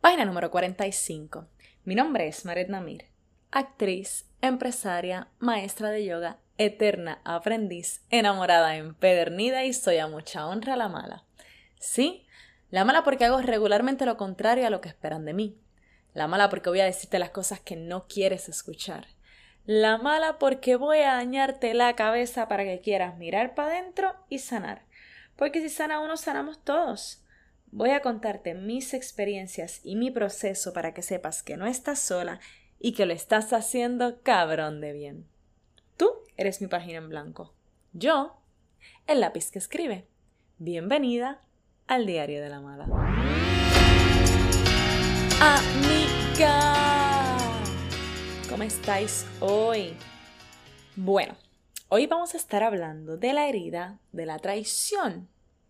Página número 45. Mi nombre es Maret Namir, actriz, empresaria, maestra de yoga, eterna aprendiz, enamorada, empedernida y soy a mucha honra la mala. Sí, la mala porque hago regularmente lo contrario a lo que esperan de mí. La mala porque voy a decirte las cosas que no quieres escuchar. La mala porque voy a dañarte la cabeza para que quieras mirar para adentro y sanar. Porque si sana uno, sanamos todos. Voy a contarte mis experiencias y mi proceso para que sepas que no estás sola y que lo estás haciendo cabrón de bien. Tú eres mi página en blanco. Yo, el lápiz que escribe. Bienvenida al Diario de la Mala. Amiga, ¿cómo estáis hoy? Bueno, hoy vamos a estar hablando de la herida de la traición.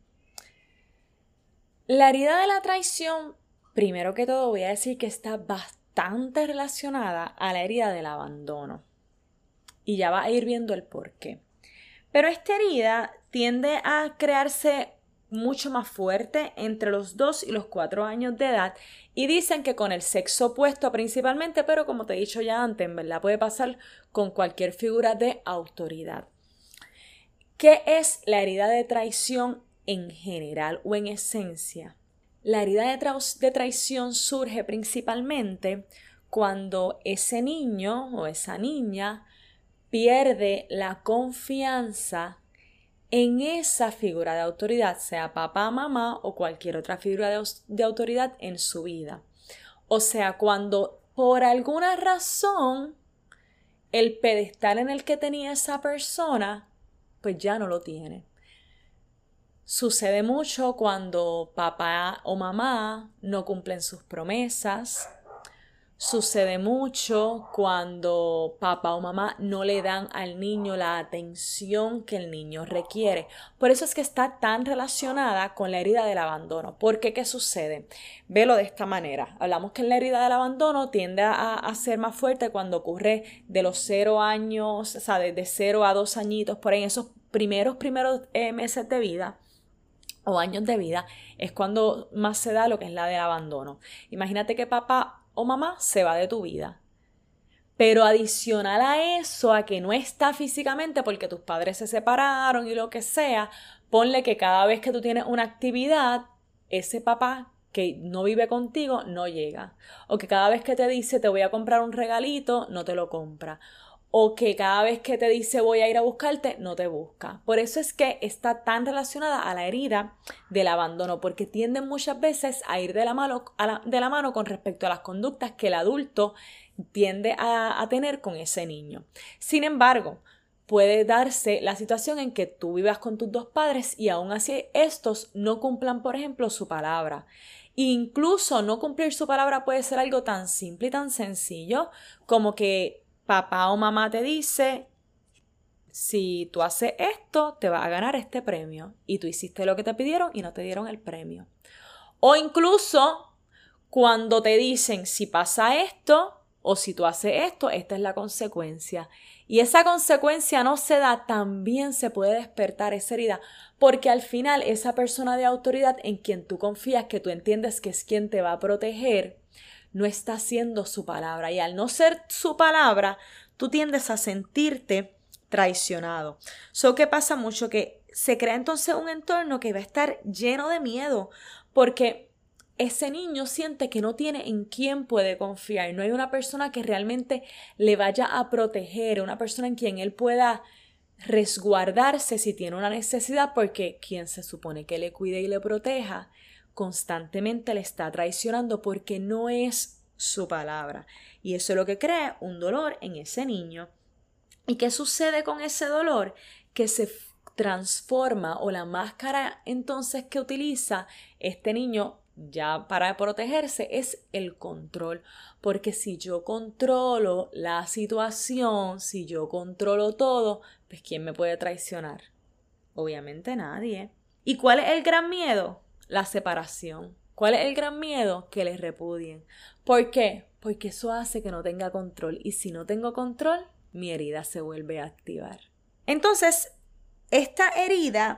La herida de la traición, primero que todo voy a decir que está bastante relacionada a la herida del abandono. Y ya va a ir viendo el porqué. Pero esta herida tiende a crearse mucho más fuerte entre los 2 y los 4 años de edad y dicen que con el sexo opuesto principalmente, pero como te he dicho ya antes, en verdad puede pasar con cualquier figura de autoridad. ¿Qué es la herida de traición en general o en esencia? La herida de traición surge principalmente cuando ese niño o esa niña pierde la confianza en esa figura de autoridad, sea papá, mamá o cualquier otra figura de autoridad en su vida. O sea, cuando por alguna razón el pedestal en el que tenía esa persona, pues ya no lo tiene. Sucede mucho cuando papá o mamá no cumplen sus promesas. Sucede mucho cuando papá o mamá no le dan al niño la atención que el niño requiere. Por eso es que está tan relacionada con la herida del abandono. ¿Por qué? ¿Qué sucede? Velo de esta manera. Hablamos que la herida del abandono tiende a ser más fuerte cuando ocurre de los 0 años, o sea, de 0 a 2 añitos, por ahí en esos primeros meses de vida o años de vida, es cuando más se da lo que es la del abandono. Imagínate que papá o mamá se va de tu vida. Pero adicional a eso, a que no está físicamente porque tus padres se separaron y lo que sea, ponle que cada vez que tú tienes una actividad, ese papá que no vive contigo no llega. O que cada vez que te dice te voy a comprar un regalito, no te lo compra. O que cada vez que te dice voy a ir a buscarte, no te busca. Por eso es que está tan relacionada a la herida del abandono, porque tienden muchas veces a ir de la mano con respecto a las conductas que el adulto tiende a tener con ese niño. Sin embargo, puede darse la situación en que tú vivas con tus dos padres y aún así estos no cumplan, por ejemplo, su palabra. Incluso no cumplir su palabra puede ser algo tan simple y tan sencillo como que papá o mamá te dice, si tú haces esto, te vas a ganar este premio. Y tú hiciste lo que te pidieron y no te dieron el premio. O incluso cuando te dicen, si pasa esto o si tú haces esto, esta es la consecuencia. Y esa consecuencia no se da, también se puede despertar esa herida. Porque al final esa persona de autoridad en quien tú confías, que tú entiendes que es quien te va a proteger, no está haciendo su palabra. Y al no ser su palabra, tú tiendes a sentirte traicionado. ¿Qué pasa mucho? Que se crea entonces un entorno que va a estar lleno de miedo, porque ese niño siente que no tiene en quién puede confiar. No hay una persona que realmente le vaya a proteger, una persona en quien él pueda resguardarse si tiene una necesidad, porque quien se supone que le cuide y le proteja constantemente le está traicionando porque no es su palabra. Y eso es lo que crea un dolor en ese niño. ¿Y qué sucede con ese dolor? Que se transforma, o la máscara entonces que utiliza este niño ya para protegerse es el control. Porque si yo controlo la situación, si yo controlo todo, pues ¿quién me puede traicionar? Obviamente nadie. ¿Y cuál es el gran miedo? La separación. ¿Cuál es el gran miedo? Que les repudien. ¿Por qué? Porque eso hace que no tenga control. Y si no tengo control, mi herida se vuelve a activar. Entonces, esta herida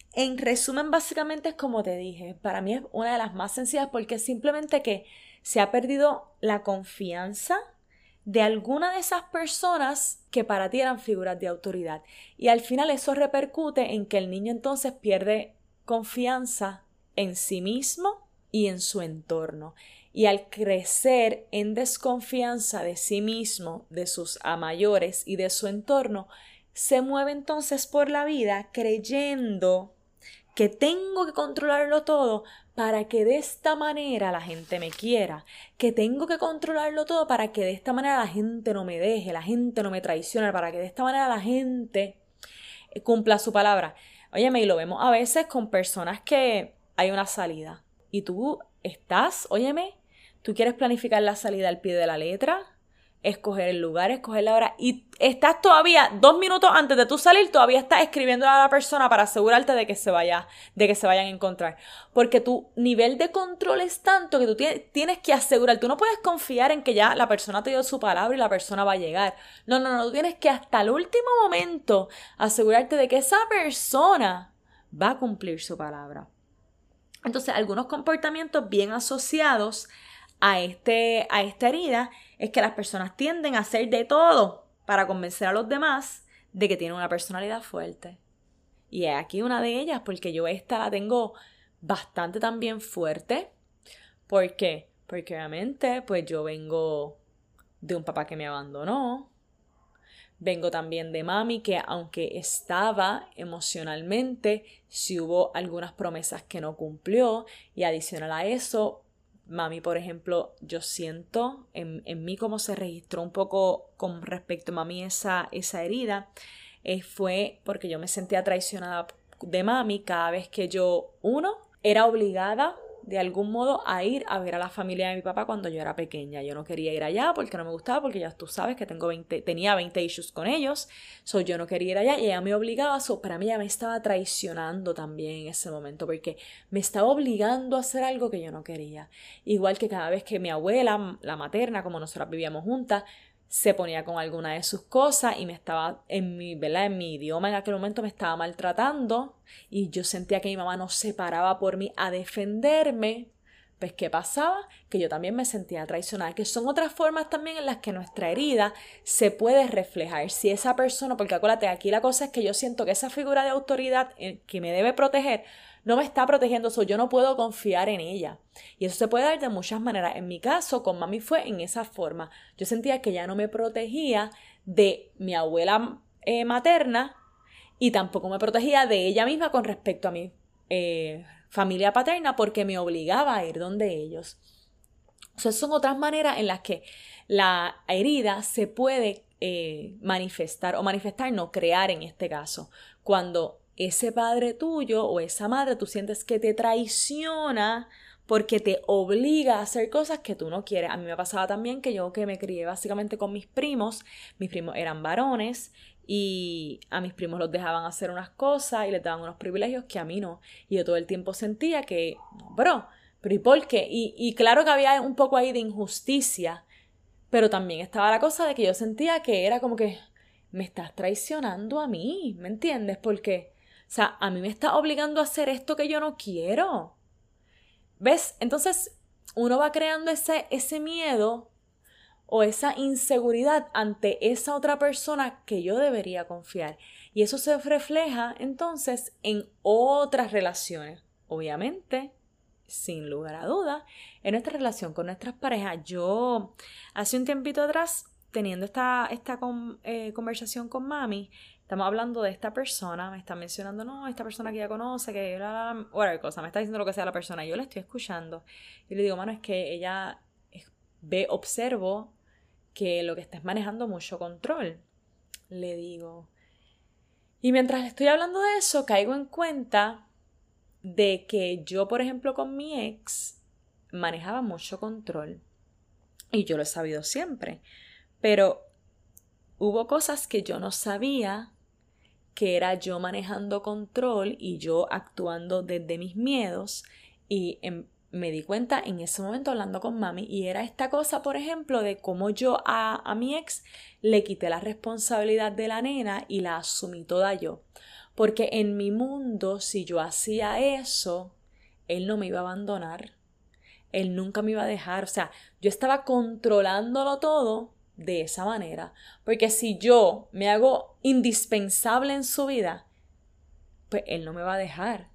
En resumen, básicamente es como te dije, para mí es una de las más sencillas porque es simplemente que se ha perdido la confianza de alguna de esas personas que para ti eran figuras de autoridad. Y al final eso repercute en que el niño entonces pierde confianza en sí mismo y en su entorno. Y al crecer en desconfianza de sí mismo, de sus mayores y de su entorno, se mueve entonces por la vida creyendo que tengo que controlarlo todo para que de esta manera la gente me quiera, que tengo que controlarlo todo para que de esta manera la gente no me deje, la gente no me traicione, para que de esta manera la gente cumpla su palabra. Óyeme, y lo vemos a veces con personas que hay una salida y tú estás, óyeme, tú quieres planificar la salida al pie de la letra, escoger el lugar, escoger la hora y estás todavía 2 minutos antes de tú salir, todavía estás escribiéndole a la persona para asegurarte de que se vayan a encontrar. Porque tu nivel de control es tanto que tú tienes que asegurar, tú no puedes confiar en que ya la persona te dio su palabra y la persona va a llegar. No, tú tienes que hasta el último momento asegurarte de que esa persona va a cumplir su palabra. Entonces, algunos comportamientos bien asociados a esta herida es que las personas tienden a hacer de todo para convencer a los demás de que tienen una personalidad fuerte. Y es aquí una de ellas, porque yo esta la tengo bastante también fuerte. ¿Por qué? Porque obviamente pues yo vengo de un papá que me abandonó. Vengo también de mami que aunque estaba emocionalmente, sí hubo algunas promesas que no cumplió. Y adicional a eso, mami, por ejemplo, yo siento en mí cómo se registró un poco con respecto a mami esa herida, fue porque yo me sentía traicionada de mami cada vez que yo, era obligada de algún modo a ir a ver a la familia de mi papá cuando yo era pequeña. Yo no quería ir allá porque no me gustaba, porque ya tú sabes que tenía 20 issues con ellos, yo no quería ir allá y ella me obligaba, para mí ella me estaba traicionando también en ese momento porque me estaba obligando a hacer algo que yo no quería. Igual que cada vez que mi abuela, la materna, como nosotras vivíamos juntas, se ponía con alguna de sus cosas y me estaba, en mi idioma en aquel momento me estaba maltratando y yo sentía que mi mamá no se paraba por mí a defenderme. Pues, ¿qué pasaba? Que yo también me sentía traicionada, que son otras formas también en las que nuestra herida se puede reflejar. Si esa persona, porque acuérdate, aquí la cosa es que yo siento que esa figura de autoridad que me debe proteger, no me está protegiendo, yo no puedo confiar en ella. Y eso se puede dar de muchas maneras. En mi caso, con mami fue en esa forma. Yo sentía que ella no me protegía de mi abuela materna y tampoco me protegía de ella misma con respecto a mi familia paterna porque me obligaba a ir donde ellos. O sea, son otras maneras en las que la herida se puede manifestar, no crear en este caso, cuando ese padre tuyo o esa madre tú sientes que te traiciona porque te obliga a hacer cosas que tú no quieres. A mí me pasaba también que yo que me crié básicamente con mis primos eran varones y a mis primos los dejaban hacer unas cosas y les daban unos privilegios que a mí no. Y yo todo el tiempo sentía que, pero ¿y por qué? Y claro que había un poco ahí de injusticia, pero también estaba la cosa de que yo sentía que era como que me estás traicionando a mí, ¿me entiendes? Porque, o sea, a mí me está obligando a hacer esto que yo no quiero. ¿Ves? Entonces uno va creando ese miedo o esa inseguridad ante esa otra persona que yo debería confiar. Y eso se refleja entonces en otras relaciones. Obviamente, sin lugar a dudas, en nuestra relación con nuestras parejas. Yo hace un tiempito atrás, teniendo esta conversación con mami, estamos hablando de esta persona, me está mencionando, no, esta persona que ella conoce, que whatever cosa, me está diciendo lo que sea la persona, y yo la estoy escuchando. Y le digo, mano, es que ella observo que lo que está es manejando mucho control. Le digo. Y mientras le estoy hablando de eso, caigo en cuenta de que yo, por ejemplo, con mi ex, manejaba mucho control. Y yo lo he sabido siempre. Pero hubo cosas que yo no sabía que era yo manejando control y yo actuando desde mis miedos y me di cuenta en ese momento hablando con mami y era esta cosa, por ejemplo, de cómo yo a mi ex le quité la responsabilidad de la nena y la asumí toda yo. Porque en mi mundo, si yo hacía eso, él no me iba a abandonar. Él nunca me iba a dejar. O sea, yo estaba controlándolo todo de esa manera. Porque si yo me hago indispensable en su vida, pues él no me va a dejar.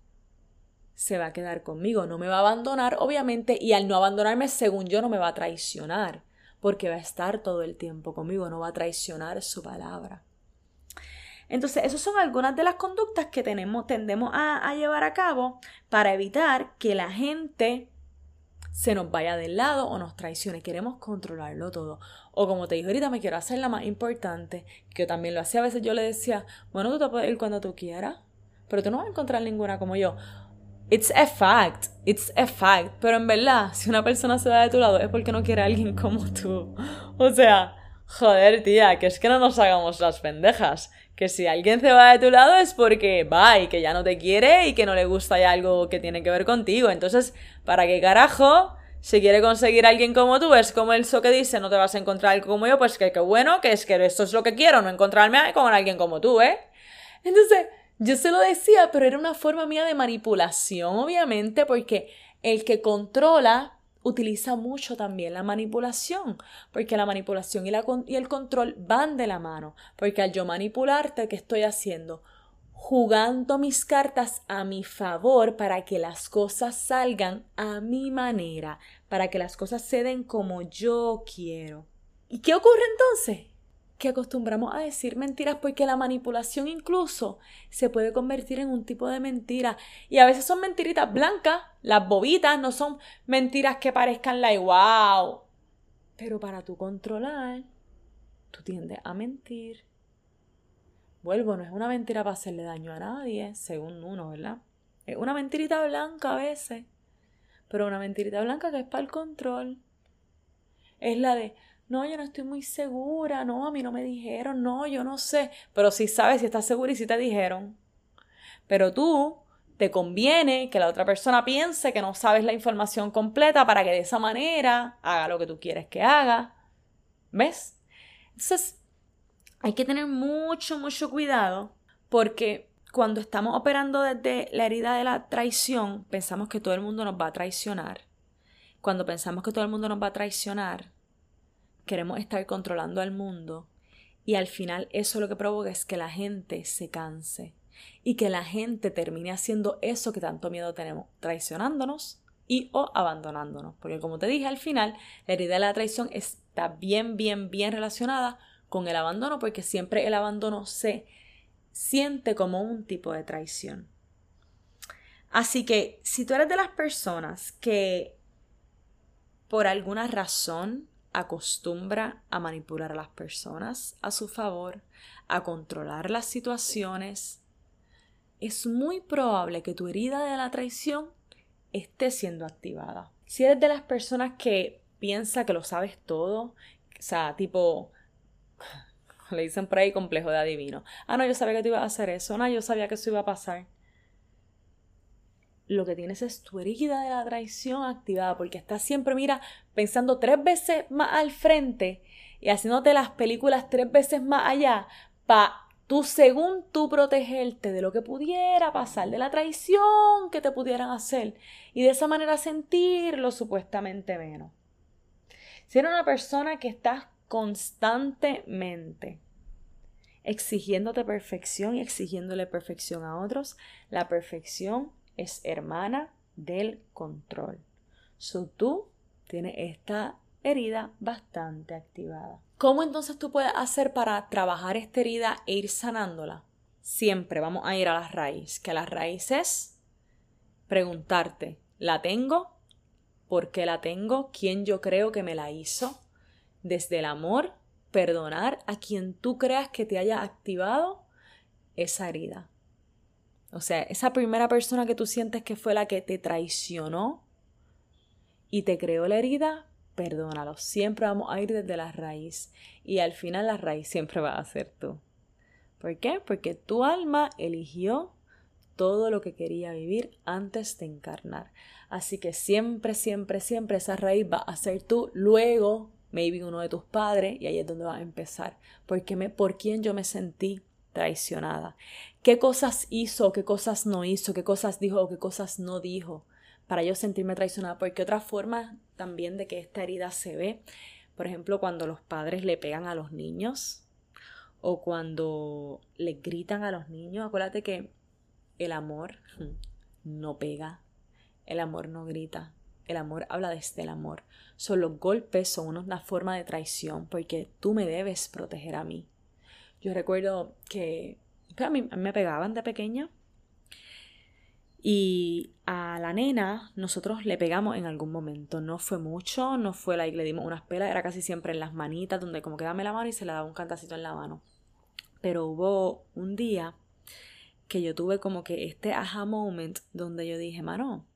Se va a quedar conmigo. No me va a abandonar, obviamente. Y al no abandonarme, según yo, no me va a traicionar. Porque va a estar todo el tiempo conmigo. No va a traicionar su palabra. Entonces, esas son algunas de las conductas que tendemos a llevar a cabo para evitar que la gente se nos vaya del lado o nos traicione. Queremos controlarlo todo. O como te dije ahorita, me quiero hacer la más importante, que yo también lo hacía. A veces yo le decía, bueno, tú te puedes ir cuando tú quieras, pero tú no vas a encontrar ninguna como yo. It's a fact. Pero en verdad, si una persona se va de tu lado es porque no quiere a alguien como tú. O sea, joder, tía, que es que no nos hagamos las pendejas. Que si alguien se va de tu lado es porque va y que ya no te quiere y que no le gusta ya algo que tiene que ver contigo. Entonces, ¿para qué carajo? Si quiere conseguir a alguien como tú, es como el que dice, no te vas a encontrar algo como yo, pues que qué bueno, que es que esto es lo que quiero, no encontrarme con alguien como tú, ¿eh? Entonces, yo se lo decía, pero era una forma mía de manipulación, obviamente, porque el que controla utiliza mucho también la manipulación, porque la manipulación y el control van de la mano, porque al yo manipularte, ¿qué estoy haciendo? Jugando mis cartas a mi favor para que las cosas salgan a mi manera, para que las cosas se den como yo quiero. ¿Y qué ocurre entonces? Que acostumbramos a decir mentiras porque la manipulación incluso se puede convertir en un tipo de mentira. Y a veces son mentiritas blancas, las bobitas, no son mentiras que parezcan like wow. Pero para tú controlar, tú tiendes a mentir. Vuelvo, no es una mentira para hacerle daño a nadie, según uno, ¿verdad? Es una mentirita blanca a veces, pero una mentirita blanca que es para el control. Es la de, no, yo no estoy muy segura, no, a mí no me dijeron, no, yo no sé. Pero sí sabes si estás segura y si te dijeron. Pero tú te conviene que la otra persona piense que no sabes la información completa para que de esa manera haga lo que tú quieres que haga. ¿Ves? Entonces, hay que tener mucho, mucho cuidado porque cuando estamos operando desde la herida de la traición, pensamos que todo el mundo nos va a traicionar. Cuando pensamos que todo el mundo nos va a traicionar, queremos estar controlando al mundo y al final eso lo que provoca es que la gente se canse y que la gente termine haciendo eso que tanto miedo tenemos, traicionándonos y o abandonándonos. Porque como te dije al final, la herida de la traición está bien relacionada con el abandono porque siempre el abandono se siente como un tipo de traición. Así que si tú eres de las personas que por alguna razón acostumbra a manipular a las personas a su favor, a controlar las situaciones, es muy probable que tu herida de la traición esté siendo activada. Si eres de las personas que piensa que lo sabes todo, o sea, tipo, le dicen por ahí complejo de adivino. Ah, no, yo sabía que tú ibas a hacer eso. No, yo sabía que eso iba a pasar. Lo que tienes es tu herida de la traición activada porque estás siempre, mira, pensando 3 veces más al frente y haciéndote las películas 3 veces más allá para tú, según tú, protegerte de lo que pudiera pasar, de la traición que te pudieran hacer y de esa manera sentirlo supuestamente menos. Si eres una persona que estás constantemente exigiéndote perfección y exigiéndole perfección a otros, la perfección es hermana del control. Tú tienes esta herida bastante activada. ¿Cómo entonces tú puedes hacer para trabajar esta herida e ir sanándola? Siempre vamos a ir a la raíz, que la raíz es preguntarte, ¿la tengo? ¿Por qué la tengo? ¿Quién yo creo que me la hizo? Desde el amor, perdonar a quien tú creas que te haya activado esa herida. O sea, esa primera persona que tú sientes que fue la que te traicionó y te creó la herida, perdónalo. Siempre vamos a ir desde la raíz. Y al final la raíz siempre va a ser tú. ¿Por qué? Porque tu alma eligió todo lo que quería vivir antes de encarnar. Así que siempre esa raíz va a ser tú. Luego, maybe uno de tus padres, y ahí es donde va a empezar. ¿Por quién yo me sentí traicionada. ¿Qué cosas hizo, qué cosas no hizo, qué cosas dijo o qué cosas no dijo para yo sentirme traicionada? Porque otra forma también de que esta herida se ve, por ejemplo, cuando los padres le pegan a los niños o cuando le gritan a los niños. Acuérdate que el amor no pega, el amor no grita, el amor habla desde el amor. Los golpes son una forma de traición porque tú me debes proteger a mí. Yo recuerdo que a mí me pegaban de pequeña y a la nena nosotros le pegamos en algún momento. No fue mucho, no fue le dimos unas pelas, era casi siempre en las manitas donde como que dame la mano y se le daba un cantacito en la mano. Pero hubo un día que yo tuve como que este aha moment donde yo dije, mano,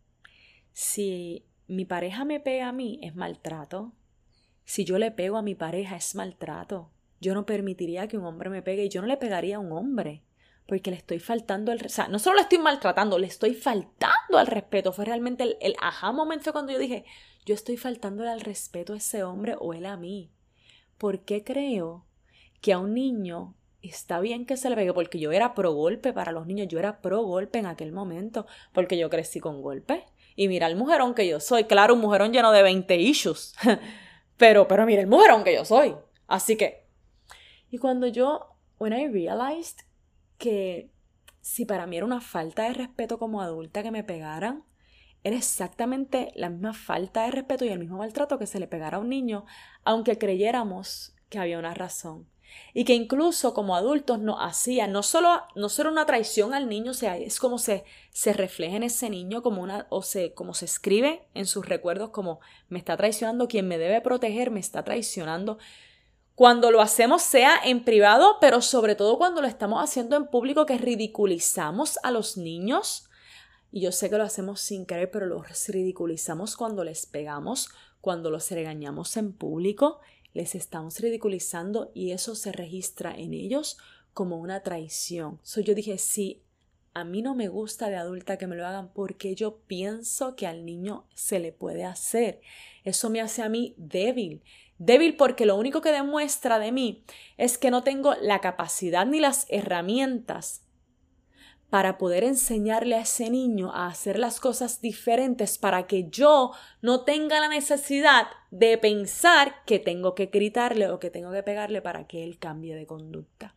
si mi pareja me pega a mí es maltrato. Si yo le pego a mi pareja es maltrato. Yo no permitiría que un hombre me pegue y yo no le pegaría a un hombre porque le estoy faltando o sea, no solo le estoy maltratando, le estoy faltando al respeto. Fue realmente el aha moment fue cuando yo dije, yo estoy faltándole al respeto a ese hombre o él a mí. ¿Por qué creo que a un niño está bien que se le pegue? Porque yo era pro golpe para los niños, yo era pro golpe en aquel momento, porque yo crecí con golpes. Y mira el mujerón que yo soy. Claro, un mujerón lleno de 20 issues. pero mira el mujerón que yo soy. Así que... Y cuando when I realized que si para mí era una falta de respeto como adulta que me pegaran, era exactamente la misma falta de respeto y el mismo maltrato que se le pegara a un niño, aunque creyéramos que había una razón. Y que incluso como adultos nos hacía, no solo una traición al niño, o sea, es como se refleja en ese niño como como se escribe en sus recuerdos como me está traicionando, quien me debe proteger me está traicionando. Cuando lo hacemos sea en privado, pero sobre todo cuando lo estamos haciendo en público, que ridiculizamos a los niños. Y yo sé que lo hacemos sin querer, pero los ridiculizamos cuando les pegamos, cuando los regañamos en público. Les estamos ridiculizando y eso se registra en ellos como una traición. Yo dije, sí, a mí no me gusta de adulta que me lo hagan porque yo pienso que al niño se le puede hacer. Eso me hace a mí débil. Débil porque lo único que demuestra de mí es que no tengo la capacidad ni las herramientas para poder enseñarle a ese niño a hacer las cosas diferentes para que yo no tenga la necesidad de pensar que tengo que gritarle o que tengo que pegarle para que él cambie de conducta.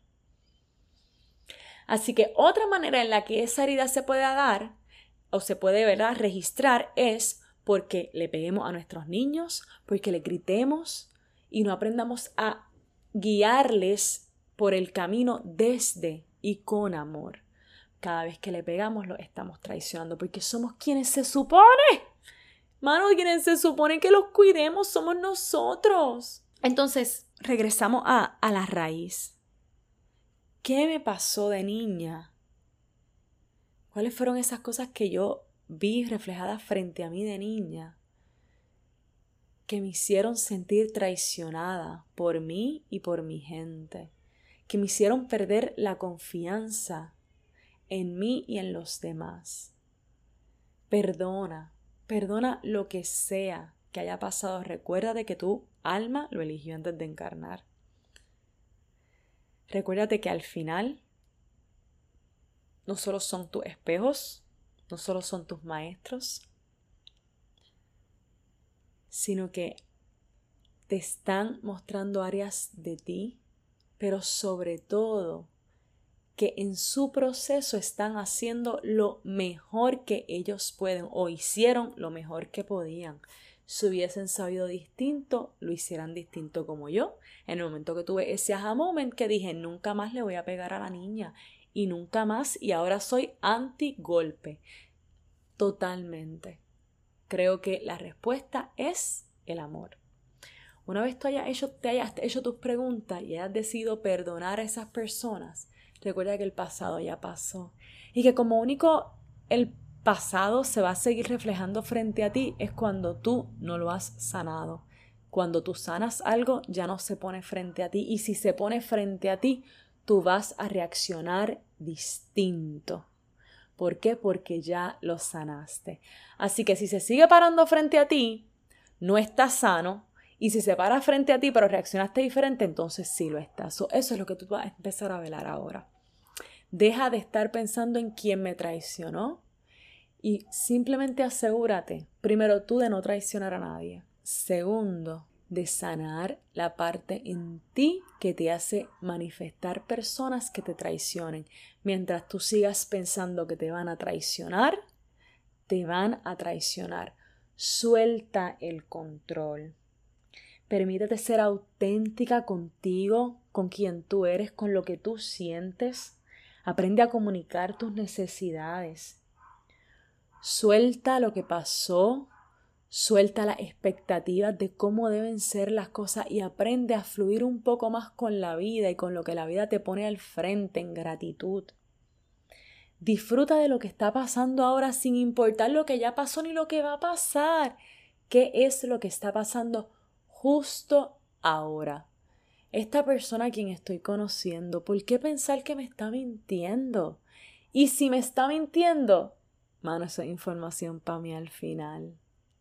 Así que otra manera en la que esa herida se puede dar o se puede, ¿verdad?, registrar es porque le peguemos a nuestros niños, porque le gritemos y no aprendamos a guiarles por el camino desde y con amor. Cada vez que le pegamos lo estamos traicionando porque somos quienes se supone. Mano, quienes se supone que los cuidemos somos nosotros. Entonces, regresamos a la raíz. ¿Qué me pasó de niña? ¿Cuáles fueron esas cosas que yo vi reflejadas frente a mí de niña que me hicieron sentir traicionada por mí y por mi gente? Que me hicieron perder la confianza en mí y en los demás. Perdona lo que sea que haya pasado. Recuérdate que tu alma lo eligió antes de encarnar. Recuérdate que al final no solo son tus espejos, no solo son tus maestros, sino que te están mostrando áreas de ti, pero sobre todo que en su proceso están haciendo lo mejor que ellos pueden o hicieron lo mejor que podían. Si hubiesen sabido distinto, lo hicieran distinto como yo. En el momento que tuve ese aha moment que dije, nunca más le voy a pegar a la niña y nunca más, y ahora soy anti-golpe. Totalmente. Creo que la respuesta es el amor. Una vez te hayas hecho tus preguntas y hayas decidido perdonar a esas personas, recuerda que el pasado ya pasó y que como único el pasado se va a seguir reflejando frente a ti es cuando tú no lo has sanado. Cuando tú sanas algo ya no se pone frente a ti y si se pone frente a ti tú vas a reaccionar distinto. ¿Por qué? Porque ya lo sanaste. Así que si se sigue parando frente a ti, no está sano. Y si se para frente a ti pero reaccionaste diferente, entonces sí lo estás. Eso es lo que tú vas a empezar a velar ahora. Deja de estar pensando en quién me traicionó y simplemente asegúrate, primero tú, de no traicionar a nadie. Segundo, de sanar la parte en ti que te hace manifestar personas que te traicionen. Mientras tú sigas pensando que te van a traicionar, te van a traicionar. Suelta el control. Permítete ser auténtica contigo, con quien tú eres, con lo que tú sientes. Aprende a comunicar tus necesidades. Suelta lo que pasó. Suelta las expectativas de cómo deben ser las cosas y aprende a fluir un poco más con la vida y con lo que la vida te pone al frente en gratitud. Disfruta de lo que está pasando ahora sin importar lo que ya pasó ni lo que va a pasar. ¿Qué es lo que está pasando justo ahora? Esta persona a quien estoy conociendo, ¿por qué pensar que me está mintiendo? Y si me está mintiendo, mano, esa es información para mí al final.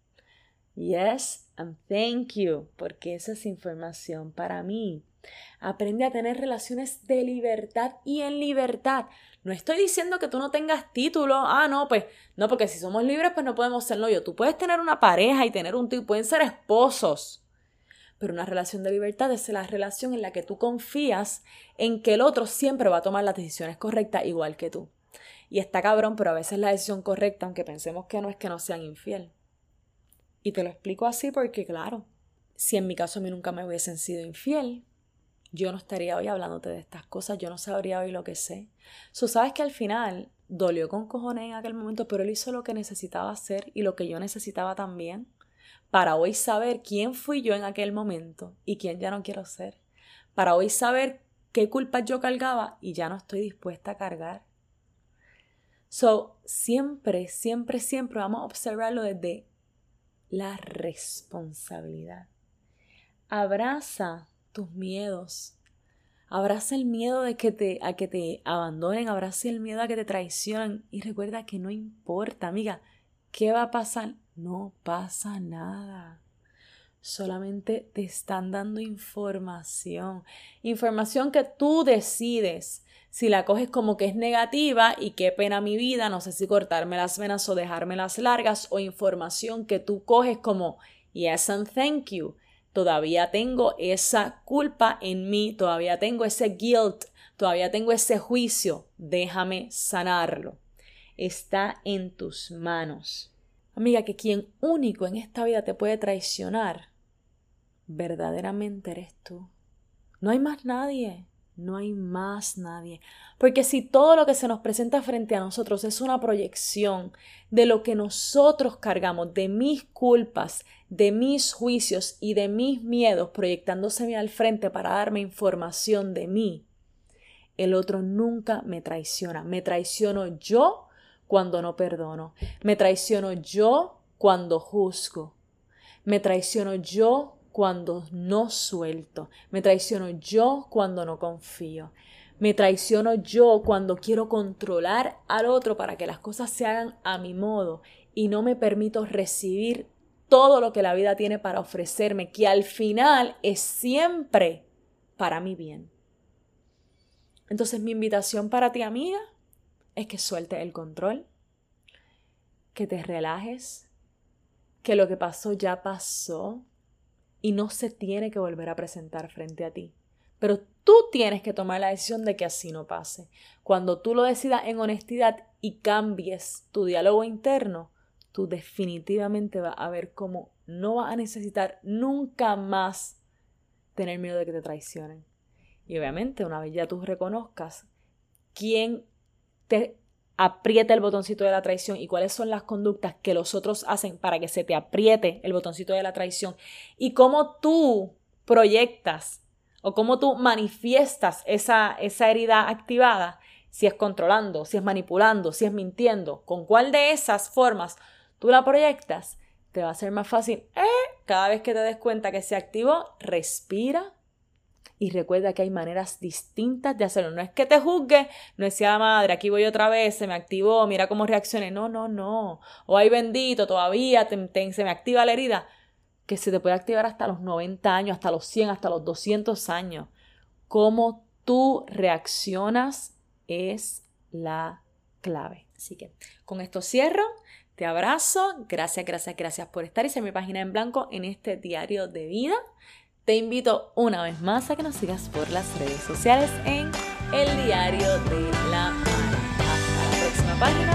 Yes, and thank you, porque esa es información para mí. Aprende a tener relaciones de libertad y en libertad. No estoy diciendo que tú no tengas título. No, pues, no, porque si somos libres, pues no podemos ser novios. Tú puedes tener una pareja y tener un tío, pueden ser esposos. Pero una relación de libertad es la relación en la que tú confías en que el otro siempre va a tomar las decisiones correctas igual que tú. Y está cabrón, pero a veces la decisión correcta, aunque pensemos que no, es que no sean infiel. Y te lo explico así porque, claro, si en mi caso a mí nunca me hubiesen sido infiel, yo no estaría hoy hablándote de estas cosas, yo no sabría hoy lo que sé. Sabes que al final dolió con cojones en aquel momento, pero él hizo lo que necesitaba hacer y lo que yo necesitaba también para hoy saber quién fui yo en aquel momento y quién ya no quiero ser. Para hoy saber qué culpas yo cargaba y ya no estoy dispuesta a cargar. Siempre, siempre, siempre vamos a observarlo desde la responsabilidad. Abraza tus miedos. Abraza el miedo a que te abandonen. Abraza el miedo a que te traicionen. Y recuerda que no importa, amiga. ¿Qué va a pasar? No pasa nada. Solamente te están dando información. Información que tú decides si la coges como que es negativa y qué pena mi vida, no sé si cortarme las venas o dejármelas largas, o información que tú coges como yes and thank you. Todavía tengo esa culpa en mí, todavía tengo ese guilt, todavía tengo ese juicio. Déjame sanarlo. Está en tus manos. Amiga, que quien único en esta vida te puede traicionar, verdaderamente eres tú. No hay más nadie. No hay más nadie. Porque si todo lo que se nos presenta frente a nosotros es una proyección de lo que nosotros cargamos, de mis culpas, de mis juicios y de mis miedos proyectándose al frente para darme información de mí, el otro nunca me traiciona. Me traiciono yo cuando no perdono. Me traiciono yo cuando juzgo. Me traiciono yo cuando no suelto. Me traiciono yo cuando no confío. Me traiciono yo cuando quiero controlar al otro para que las cosas se hagan a mi modo y no me permito recibir todo lo que la vida tiene para ofrecerme, que al final es siempre para mi bien. Entonces mi invitación para ti, amiga, es que sueltes el control, que te relajes, que lo que pasó ya pasó y no se tiene que volver a presentar frente a ti. Pero tú tienes que tomar la decisión de que así no pase. Cuando tú lo decidas en honestidad y cambies tu diálogo interno, tú definitivamente vas a ver cómo no vas a necesitar nunca más tener miedo de que te traicionen. Y obviamente, una vez ya tú reconozcas quién te aprieta el botoncito de la traición y cuáles son las conductas que los otros hacen para que se te apriete el botoncito de la traición y cómo tú proyectas o cómo tú manifiestas esa herida activada, si es controlando, si es manipulando, si es mintiendo, con cuál de esas formas tú la proyectas, te va a ser más fácil. Cada vez que te des cuenta que se activó, respira. Y recuerda que hay maneras distintas de hacerlo. No es que te juzgue, no es la madre, aquí voy otra vez, se me activó, mira cómo reaccioné. No. O ay bendito, todavía se me activa la herida. Que se te puede activar hasta los 90 años, hasta los 100, hasta los 200 años. Cómo tú reaccionas es la clave. Así que con esto cierro. Te abrazo. Gracias por estar y ser mi página en blanco en este diario de vida. Te invito una vez más a que nos sigas por las redes sociales en El Diario de la Mara. Hasta la próxima página.